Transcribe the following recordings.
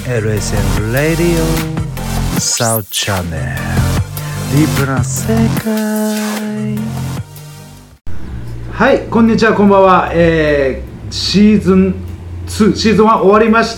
LSM Radio South Channel ディープな世界。はい、こんにちは、こんばんは。シーズン2、シーズン1終わりまして、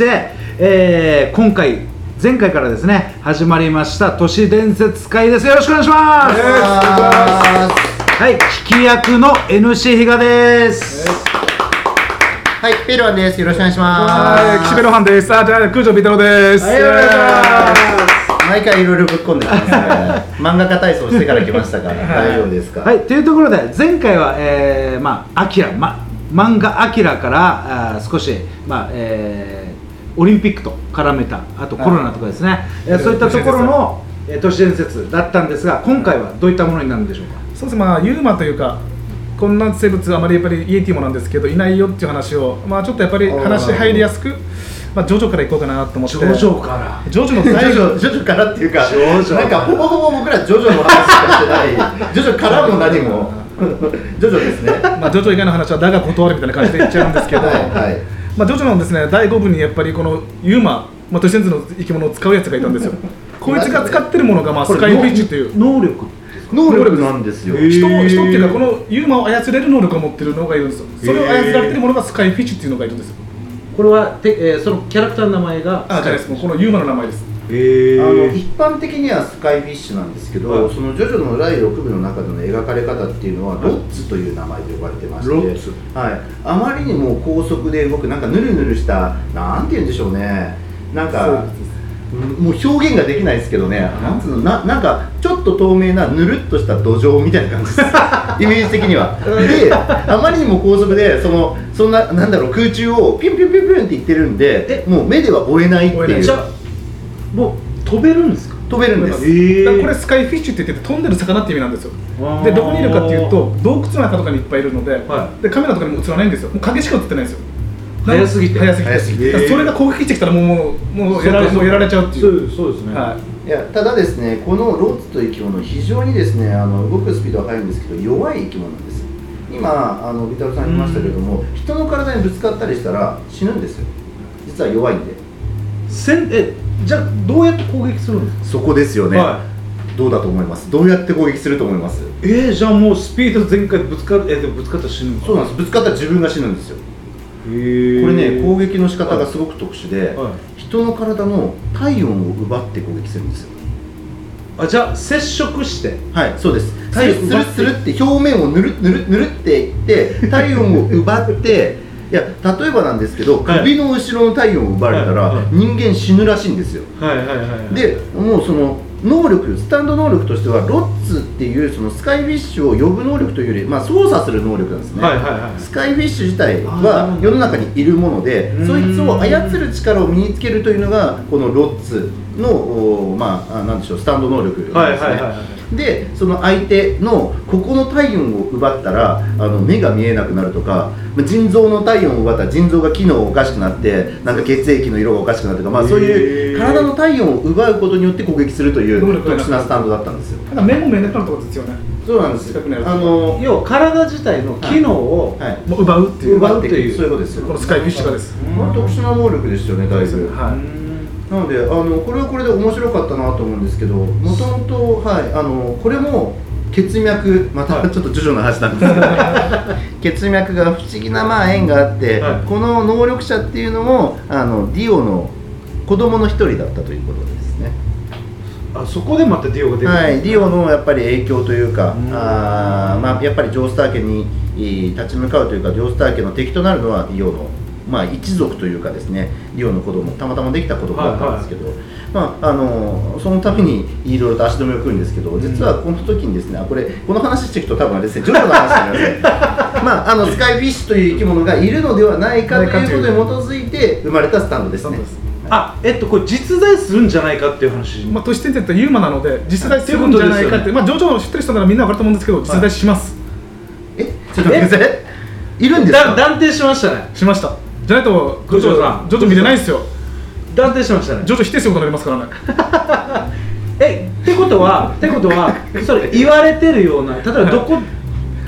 今回前回からですね始まりました都市伝説会です。よろしくお願いします。はい、聞き役の NC 比嘉です。 はい、ペルワンです。よろしくお願いします。 はい、岸辺露伴です。じゃあ空城ビタロです。 はい、お願いします。毎回いろいろぶっ込んできますね。漫画家体操してから来ましたから大丈夫ですか。 はい、というところで前回はアキラ、漫画アキラから少しオリンピックと絡めた、あとコロナとかですね、そういったところの都市伝説だったんですが、今回はどういったものになるんでしょうか。 そうですね、ユーマというかこんな生物あまりやっぱりイエティもなんですけどいないよっていう話を、ちょっとやっぱり話入りやすく、ジョジョからいこうかなと思って。 ジョジョからジョジョのジョジョからっていうか、なんかほぼほぼ僕らジョジョの話しかしてないジョジョからも何もジョジョですね。 ジョジョ以外の話はだが断るみたいな感じで言っちゃうんですけど、 はい、 ジョジョのですね第5部にやっぱりこのユーマ、都市伝説の生き物を使うやつがいたんですよ。こいつが使ってるものがスカイフィッシュという能力なんですよ。 人っていうかこのユーマを操れる能力を持ってるのがいるんですよ。それを操られてるものがスカイフィッシュっていうのがいるんですよ。 これはそのキャラクターの名前がじゃないです。このユーマの名前です。 一般的にはスカイフィッシュなんですけど、そのジョジョの第6部の中での描かれ方っていうのはロッツという名前で呼ばれてまして、はい、あまりにも高速で動く、なんかヌルヌルした、なんて言うんでしょうね、なんかもう表現ができないですけどね、なんかちょっと透明なぬるっとした土壌みたいな感じですイメージ的には。で、あまりにも高速でそんな空中をピュンピュンピュンピュンっていってるんで、もう目では追えないっていう。 じゃあもう飛べるんですか。 飛べるんです。 だからこれスカイフィッシュって言って飛んでる魚って意味なんですよ。でどこにいるかっていうと洞窟の中とかにいっぱいいるので、でカメラとかにも映らないんですよ。もう影しか映ってないんですよ。 早すぎてそれが攻撃してきたらもうやられちゃうっていう。 そうですね。 いや、ただですね、このロッツという生き物非常にですね、動くスピードは速いんですけど弱い生き物なんです。今ビタロさん言いましたけれども、人の体にぶつかったりしたら死ぬんですよ。実は弱いんで。 じゃあどうやって攻撃するんですか。 そこですよね。どうだと思います。どうやって攻撃すると思います。 じゃあもうスピード全開でぶつかったら死ぬんですか。 そうなんです。ぶつかったら自分が死ぬんですよ。これね、攻撃の仕方がすごく特殊で、人の体の体温を奪って攻撃するんですよ。 じゃあ接触して。 はい、そうです。スルって表面をぬるっていって体温を奪っていや、例えばなんですけど、首の後ろの体温を奪われたら人間死ぬらしいんですよ。で、もうその能力、スタンド能力としてはロッツっていうそのスカイフィッシュを呼ぶ能力というより、操作する能力なんですね。スカイフィッシュ自体は世の中にいるもので、そいつを操る力を身につけるというのがこのロッツのなんでしょう、スタンド能力なんですね。で、その相手のここの体温を奪ったら目が見えなくなるとか、腎臓の体温を奪ったら腎臓が機能おかしくなってなんか血液の色がおかしくなるとか、そういう体の体温を奪うことによって攻撃するという特殊なスタンドだったんですよ。 ただ目も見えなくなるってことですよね。 そうなんです。 要は体自体の機能を奪うっていうそういうことですよ。 このスカイフィッシュがです。 特殊な能力ですよね、だいぶ。なのでこれはこれで面白かったなと思うんですけど、もともとこれも血脈、またちょっとジョジョの話なんですけど、血脈が不思議な縁があって、この能力者っていうのもディオの子供の一人だったということですね。 そこでまたディオが出てくる。 はい、ディオのやっぱり影響というか、やっぱりジョースター家に立ち向かうというか、ジョースター家の敵となるのはディオの一族というかですね、ディオの子供、たまたまできた子供だったんですけど、そのためにいろいろと足止めを食うんですけど、実はこの時にですね、この話していくと多分ですね、ジョジョの話になりますね。スカイフィッシュという生き物がいるのではないかということに基づいて生まれたスタンドですね。 これ実在するんじゃないかっていう話。 都市伝説ってユーマなので実在するんじゃないかって、ジョジョを知ってる人ならみんな分かると思うんですけど、実在します。 ちょっと待ってください。いるんですか。 断定しましたね。 しました。じゃないとジョジョ見れないですよ。 断定しましたね。 ジョジョ否定することになりますからね。 ってことはそれ言われてるような、例えばどこ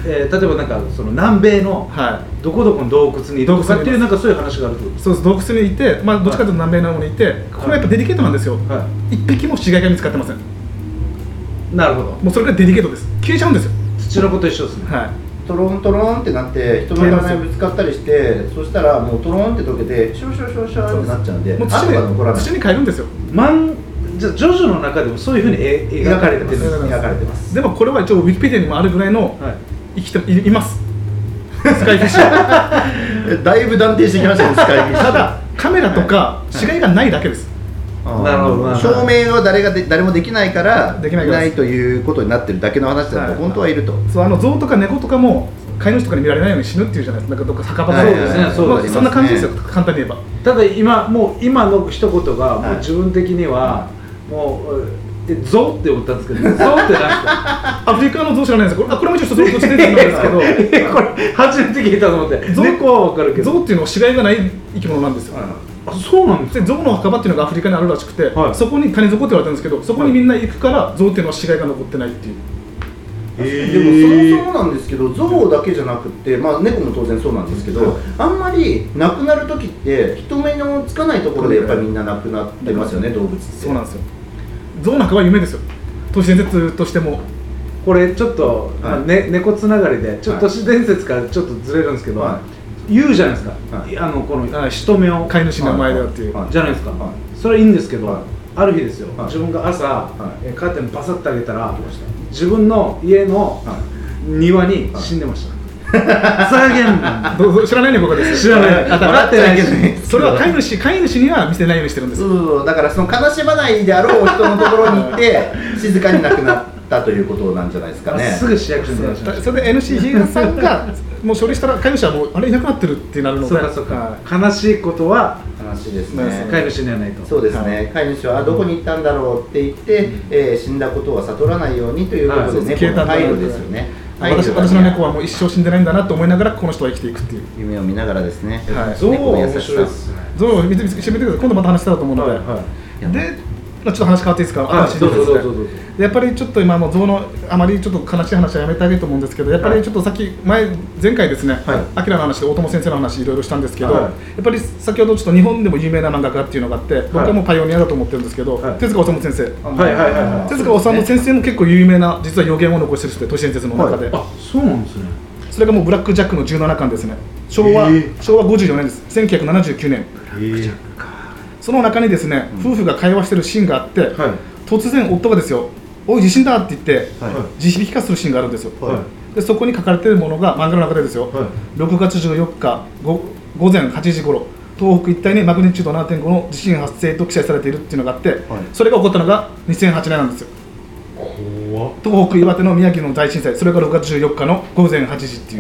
例えばなんかその南米のどこどこの洞窟にいるとかっていうなんかそういう話があるってことですか。 そうです、洞窟にいて、まあどっちかというと南米の方にいて、これはやっぱデリケートなんですよ。一匹も死骸が見つかってません。 なるほど。 もうそれがデリケートです。消えちゃうんですよ。 土の子と一緒ですね。 はい。 トロントロンってなって人の名前ぶつかったりして、そしたらもうトロンって溶けてシュワシュワシュワシュワってなっちゃうんで、 もう跡が残らない。 土に変えるんですよ。 じゃあジョジョの中でもそういうふうに描かれてるんです。 描かれてます。 でもこれは一応ウィキペディアにもあるぐらいの生きています。スカイフィッシュ。 だいぶ断定してきましたね、スカイフィッシュ。 ただカメラとか死骸がないだけです。 なるほど。 証明は誰もできないからないということになってるだけの話だと本当はいると。 そう、象とか猫とかも飼い主とかに見られないように死ぬっていうじゃないですか。なんかどっか酒場とか。 そうですね。そうですね。 そんな感じですよ。簡単に言えば。 ただ今の一言がもう自分的にはもう象って思ったんですけど、象って何ですか。 アフリカの象知らないんですよ。これも一応象として出てるんですけど、 これ初めて聞いたと思って。猫はわかるけど、 象っていうのは死骸がない生き物なんですよ。 あ、そうなんですか。 象の墓場っていうのがアフリカにあるらしくて、 はい、 そこに谷底って言われてるんですけど、そこにみんな行くから象っていうのは死骸が残ってないっていう。 でもそもそもなんですけど、象だけじゃなくて、まあ、猫も当然そうなんですけど、あんまり亡くなる時って人目のつかないところでやっぱりみんな亡くなってますよね、動物って。 そうなんですよ。象の墓は夢ですよ、都市伝説としても。 これちょっと、猫つながりでちょっと都市伝説からちょっとずれるんですけど、言うじゃないですか、この人目を飼い主の名前だっていう、 じゃないですか、それはいいんですけど、ある日ですよ、自分が朝カーテンバサッと開けたら自分の家の庭に死んでました。ざけん。 知らないね、僕はです。 知らない。 笑ってないけどね。 それは飼い主には見せないようにしてるんですよ。 そうだからその悲しまないであろう人のところに行って静かに亡くなったということなんじゃないですかね。 すぐ市役所に出ました。 それで NC ヒーさんがもう処理したら飼い主はもうあれいなくなってるってなるので、 そうか悲しいことは悲しいですね。 飼い主にはないと。 そうですね。飼い主はどこに行ったんだろうって言って死んだことは悟らないようにということで猫の配慮ですよね。 私の猫はもう一生死んでないんだなと思いながらこの人は生きていくっていう夢を見ながらですね。 象は面白いですね。 象を見てください。今度また話したらと思うので。でちょっと話変わっていいですか。やっぱりちょっと今も象のあまりちょっと悲しい話はやめてあげると思うんですけど、やっぱりちょっと前回ですね、アキラの話で大友先生の話いろいろしたんですけど、やっぱり先ほどちょっと日本でも有名な漫画家っていうのがあって、僕はもうパイオニアだと思ってるんですけど、手塚治虫先生。手塚治虫先生も結構有名な実は予言を残してる人で、都市伝説の中で。 あ、そうなんですね。 それがもうブラックジャックの17巻ですね。昭和54年です。1979年。その中にですね、夫婦が会話してるシーンがあって、突然夫がですよ、おい地震だって言って地響き化するシーンがあるんですよ。でそこに書かれているものが漫画の中でですよ、6月14日午前8時頃東北一帯にマグニチュード 7.5 の地震発生と記載されているっていうのがあって、それが起こったのが2008年なんですよ。東北岩手の宮城の大震災、それが6月14日の午前8時っていう。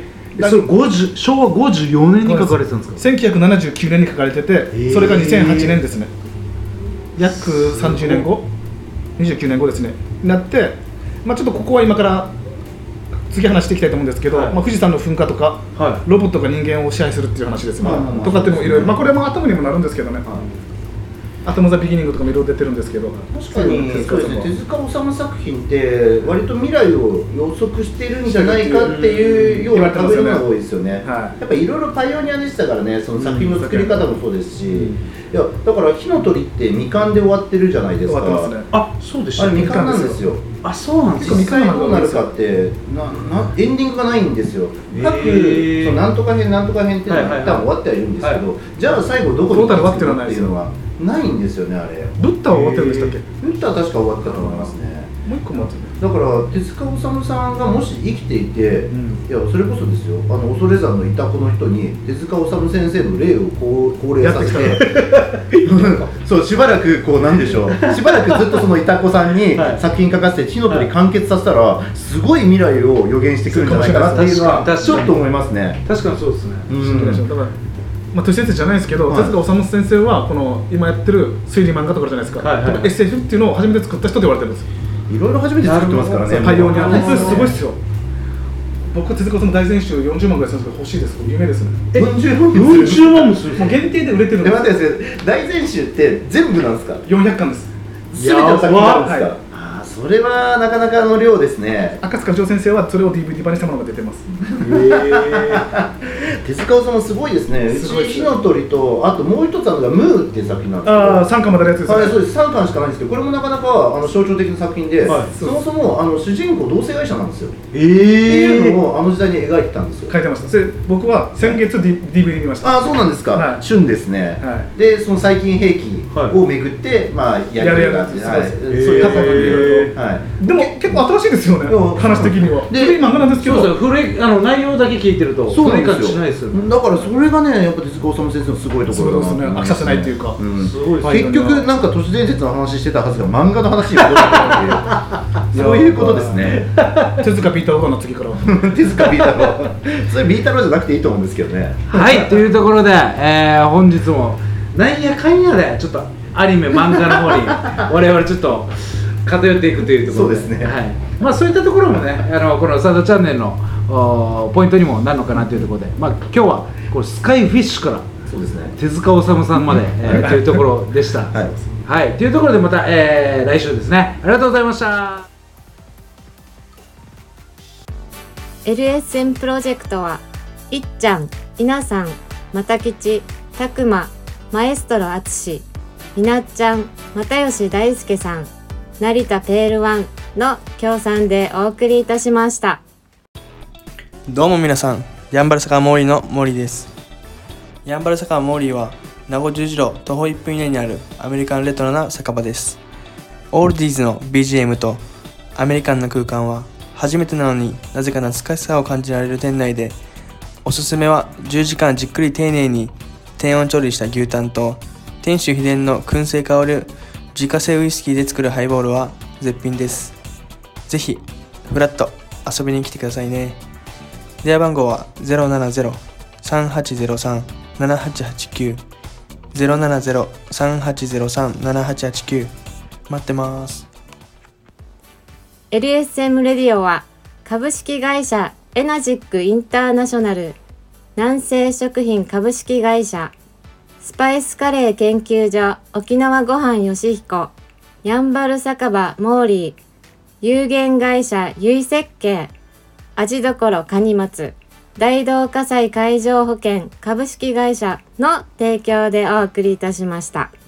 それ昭和54年に書かれてたんですか。 1979年に書かれてて、それが2008年ですね。約30年後、29年後ですねになって、ちょっとここは今から次話していきたいと思うんですけど、富士山の噴火とか、ロボットが人間を支配するっていう話ですね、とかってもいろいろ、これも頭にもなるんですけどね、アトム・ザ・ビギニングとかもいろいろ出てるんですけど、 確かにそうですね、手塚治虫作品って割と未来を予測してるんじゃないかっていうような食べ物が多いですよね。やっぱりいろいろパイオニアでしたからね、その作品の作り方もそうですし、いやだから火の鳥って未完で終わってるじゃないですか。 あ、そうでした。 あれ未完なんですよ。 あ、そうなんですか。 実際どうなるかってエンディングがないんですよ。各そのなんとか編なんとか編っていうのは一旦終わってはいるんですけど、じゃあ最後どこに行くっていうのはないんですよね。あれブッダは終わってるんでしたっけ。 ブッダは確か終わったと思いますね。 もう一個待ってね。 だから手塚治虫さんがもし生きていて、いやそれこそですよ、恐山のいた子の人に手塚治虫先生の霊を高齢させてそうしばらくこうなんでしょうしばらくずっとそのいた子さんに作品書かせて火の鳥完結させたらすごい未来を予言してくるんじゃないかなっていうのはちょっと思いますね。 確かにそうですね。 だから都市伝説じゃないですけど、手塚治虫先生はこの今やってる推理漫画とかじゃないですか、SF っていうのを初めて作った人と言われてるんですよ。 いろいろ初めて作ってますからね。 パイオニア、本当にすごいですよ。僕は手塚治虫大全集40万ぐらいするんですけど欲しいです。夢ですね。 40万もする。 もう限定で売れてるんです。 待ってください。大全集って全部なんですか。 400巻です。 全ての作品なんですか。そそれはなかなかの量ですね。 赤塚城先生はそれを DVD 版にしたものが出てます。 手塚治虫すごいですね。うち火の鳥と、あともう一つあるのがムーっていう作品なんですけど、 ああ、3巻までのやつですね。 はい、そうです。3巻しかないんですけど、これもなかなか象徴的な作品で、そもそも主人公同性愛者なんですよ。っていうのを時代に描いてたんですよ。 書いてました。で僕は先月 DVD 見ました。 ああ、そうなんですか。旬ですね。で、その最近兵器をめぐってやる感じで、そういう過去の理由と。でも結構新しいですよね、話的には。古い漫画なんですけど、 古い内容だけ聞いてると古い感じしないですよね。 だからそれがね、やっぱ手塚治虫先生のすごいところだな。 飽きさせないっていうか、 結局なんか都市伝説の話してたはずが漫画の話に戻ってたっていう、そういうことですね。 手塚ピーター・オーの次から手塚ピーター郎、それビータローじゃなくていいと思うんですけどね。 はい、というところで、本日もなんやかんやでちょっとアニメ漫画の方に我々ちょっと偏っていくというところで、 そうですね。 はい、まあそういったところもね、このサードチャンネルのポイントにもなるのかなというところで、まあ今日はこれスカイフィッシュからそうですね、 手塚治虫さんまで、というところでした。はい、はい、というところでまた、来週ですね。ありがとうございました。 LSM プロジェクトはいっちゃん、いなさん、またきち、たくま、マエストロあつし、みなっちゃん、又吉大輔さん、成田ペールワンの協賛でお送りいたしました。 どうも皆さん、やんばる坂モーリーのモーリーです。やんばる坂モーリーは名護十字路徒歩1分以内にあるアメリカンレトロな酒場です。オールディーズの BGM とアメリカンな空間は初めてなのになぜか懐かしさを感じられる店内で、おすすめは10時間じっくり丁寧に低温調理した牛タンと店主秘伝の燻製香る自家製ウイスキーで作るハイボールは絶品です。ぜひフラッと遊びに来てくださいね。電話番号は 070-3803-7889 070-3803-7889 待ってます。 LSM レディオは株式会社エナジックインターナショナル、南西食品株式会社、スパイスカレー研究所沖縄ごはんよしひこ、やんばる酒場モーリー、有限会社ゆい設計、味どころかにまつ、大同火災海上保険株式会社の提供でお送りいたしました。